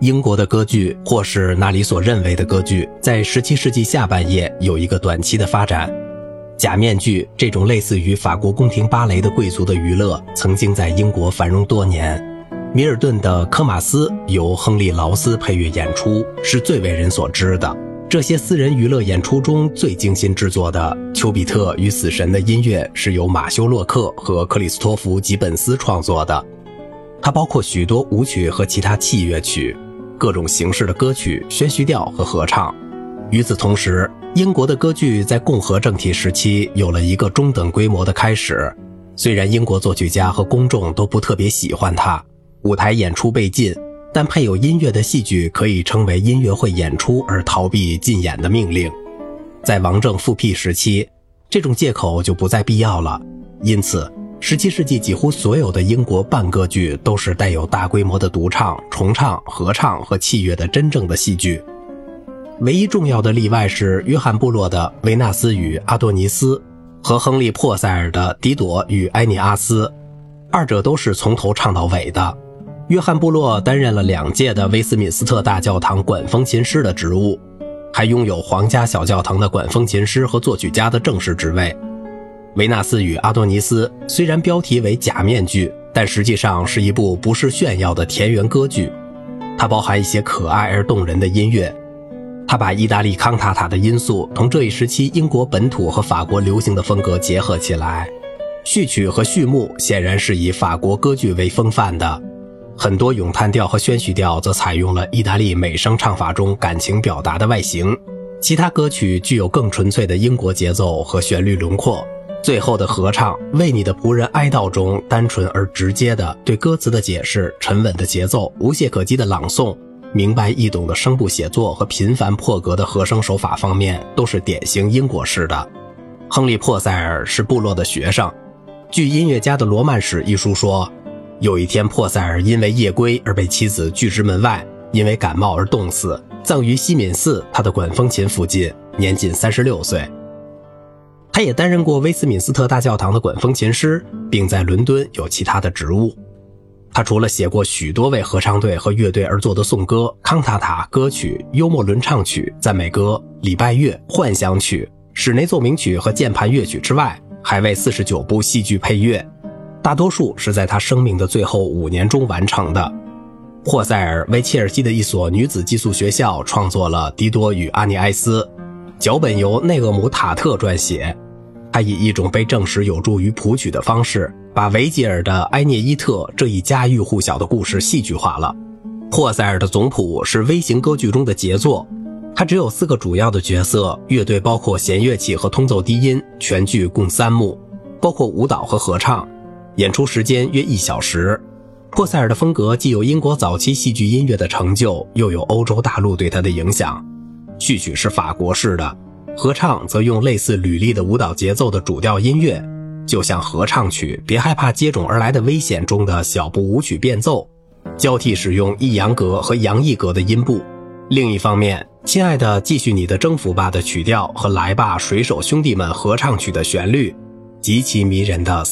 英国的歌剧，或是那里所认为的歌剧，在17世纪下半叶有一个短期的发展。假面具这种类似于法国宫廷芭蕾的贵族的娱乐，曾经在英国繁荣多年。米尔顿的科马斯由亨利·劳斯配乐演出，是最为人所知的。这些私人娱乐演出中最精心制作的《丘比特与死神》的音乐是由马修·洛克和克里斯托弗·吉本斯创作的，它包括许多舞曲和其他器乐曲，各种形式的歌曲、宣叙调和合唱。与此同时，英国的歌剧在共和政体时期有了一个中等规模的开始。虽然英国作曲家和公众都不特别喜欢它，舞台演出被禁，但配有音乐的戏剧可以称为音乐会演出而逃避禁演的命令。在王政复辟时期，这种借口就不再必要了。因此17世纪几乎所有的英国半歌剧都是带有大规模的独唱、重唱、合唱和器乐的真正的戏剧。唯一重要的例外是约翰布洛的《维纳斯与阿多尼斯》和亨利·珀塞尔的《狄朵与埃涅阿斯》，二者都是从头唱到尾的。约翰布洛担任了2届的威斯敏斯特大教堂管风琴师的职务，还拥有皇家小教堂的管风琴师和作曲家的正式职位。维纳斯与阿多尼斯虽然标题为假面具，但实际上是一部不是炫耀的田园歌剧，它包含一些可爱而动人的音乐。他把意大利康塔塔的因素同这一时期英国本土和法国流行的风格结合起来，序曲和序幕显然是以法国歌剧为风范的，很多咏叹调和宣叙调则采用了意大利美声唱法中感情表达的外形，其他歌曲具有更纯粹的英国节奏和旋律轮廓。最后的合唱《为你的仆人哀悼》中单纯而直接的对歌词的解释、沉稳的节奏、无懈可击的朗诵、明白易懂的声部写作和频繁破格的和声手法方面都是典型英国式的。亨利·珀塞尔是部落的学生。据《音乐家的罗曼史》一书说，有一天珀塞尔因为夜归而被妻子拒之门外，因为感冒而冻死，葬于西敏寺他的管风琴附近，年仅36岁。他也担任过威斯敏斯特大教堂的管风琴师，并在伦敦有其他的职务。他除了写过许多为合唱队和乐队而作的颂歌、康塔塔、歌曲、幽默轮唱曲、赞美歌、礼拜乐、幻想曲、室内奏鸣曲和键盘乐曲之外，还为49部戏剧配乐，大多数是在他生命的最后5年中完成的。珀塞尔为切尔西的一所女子寄宿学校创作了《狄多与阿涅埃斯》，脚本由内厄姆·塔特撰写。他以一种被证实有助于谱曲的方式，把维吉尔的《埃涅伊特》这一家喻户晓的故事戏剧化了。珀塞尔的总谱是微型歌剧中的杰作，它只有4个主要的角色，乐队包括弦乐器和通奏低音，全剧共3幕，包括舞蹈和合唱，演出时间约1小时。珀塞尔的风格既有英国早期戏剧音乐的成就，又有欧洲大陆对他的影响。序曲是法国式的，合唱则用类似履历的舞蹈节奏的主调音乐，就像合唱曲《别害怕接踵而来的危险》中的小步舞曲变奏，交替使用抑扬格和扬抑格的音部。另一方面，亲爱的继续你的征服吧的曲调和来吧水手兄弟们合唱曲的旋律，极其迷人的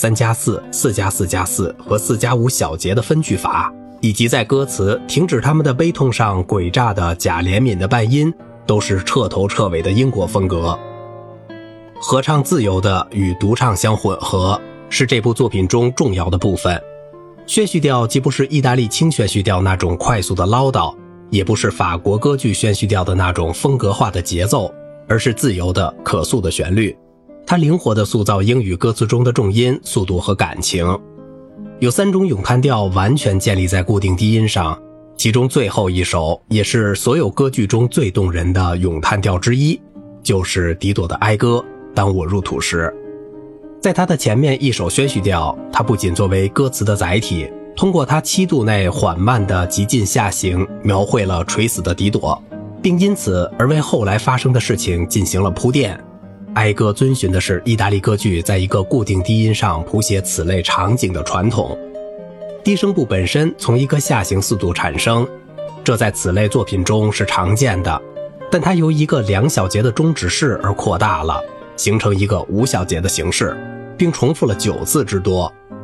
3+4、4+4+4和4+5小节的分句法，以及在歌词停止他们的悲痛上诡诈的假怜悯的半音，都是彻头彻尾的英国风格。合唱自由的与独唱相混合，是这部作品中重要的部分。宣叙调既不是意大利轻宣叙调那种快速的唠叨，也不是法国歌剧宣叙调的那种风格化的节奏，而是自由的可塑的旋律。它灵活地塑造英语歌词中的重音、速度和感情。有3种咏叹调完全建立在固定低音上，其中最后一首也是所有歌剧中最动人的咏叹调之一，就是狄朵的哀歌《当我入土时》。在它的前面一首宣叙调，它不仅作为歌词的载体，通过它7度内缓慢的急进下行，描绘了垂死的狄朵，并因此而为后来发生的事情进行了铺垫。哀歌遵循的是意大利歌剧在一个固定低音上谱写此类场景的传统。低声部本身从一个下行4度产生，这在此类作品中是常见的，但它由一个2小节的终止式而扩大了，形成一个5小节的形式，并重复了9次之多。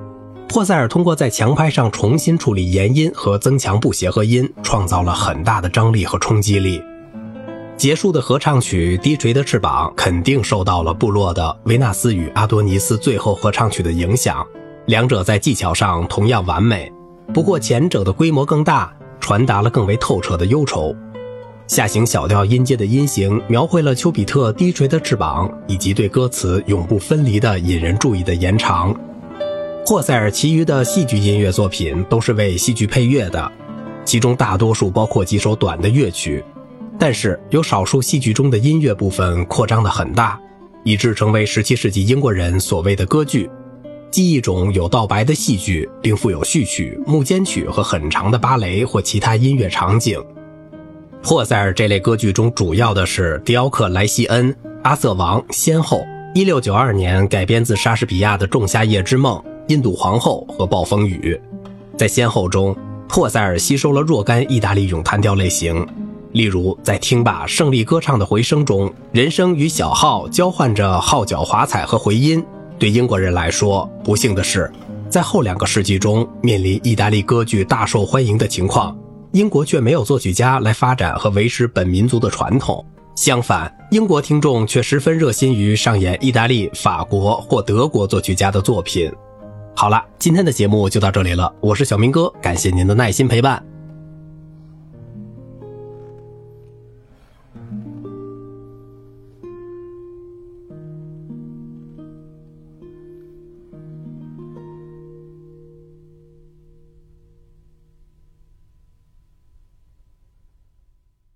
珀塞尔通过在强拍上重新处理延音和增强不协和音，创造了很大的张力和冲击力。结束的合唱曲《低垂的翅膀》肯定受到了部落的维纳斯与阿多尼斯最后合唱曲的影响，两者在技巧上同样完美，不过前者的规模更大，传达了更为透彻的忧愁。下行小调音阶的音型描绘了丘比特低垂的翅膀，以及对歌词永不分离的引人注意的延长。珀塞尔其余的戏剧音乐作品都是为戏剧配乐的，其中大多数包括几首短的乐曲，但是有少数戏剧中的音乐部分扩张得很大，以致成为17世纪英国人所谓的歌剧，即一种有道白的戏剧，并附有序曲、幕间曲和很长的芭蕾或其他音乐场景。珀塞尔这类歌剧中主要的是狄奥克莱西恩、阿瑟王、先后，1692年改编自莎士比亚的《仲夏夜之梦》、印度皇后和暴风雨。在先后中，珀塞尔吸收了若干意大利咏叹调类型，例如在听罢胜利歌唱的回声中，人声与小号交换着号角华彩和回音。对英国人来说，不幸的是，在后2个世纪中，面临意大利歌剧大受欢迎的情况，英国却没有作曲家来发展和维持本民族的传统。相反，英国听众却十分热心于上演意大利、法国或德国作曲家的作品。好了，今天的节目就到这里了，我是小明哥，感谢您的耐心陪伴，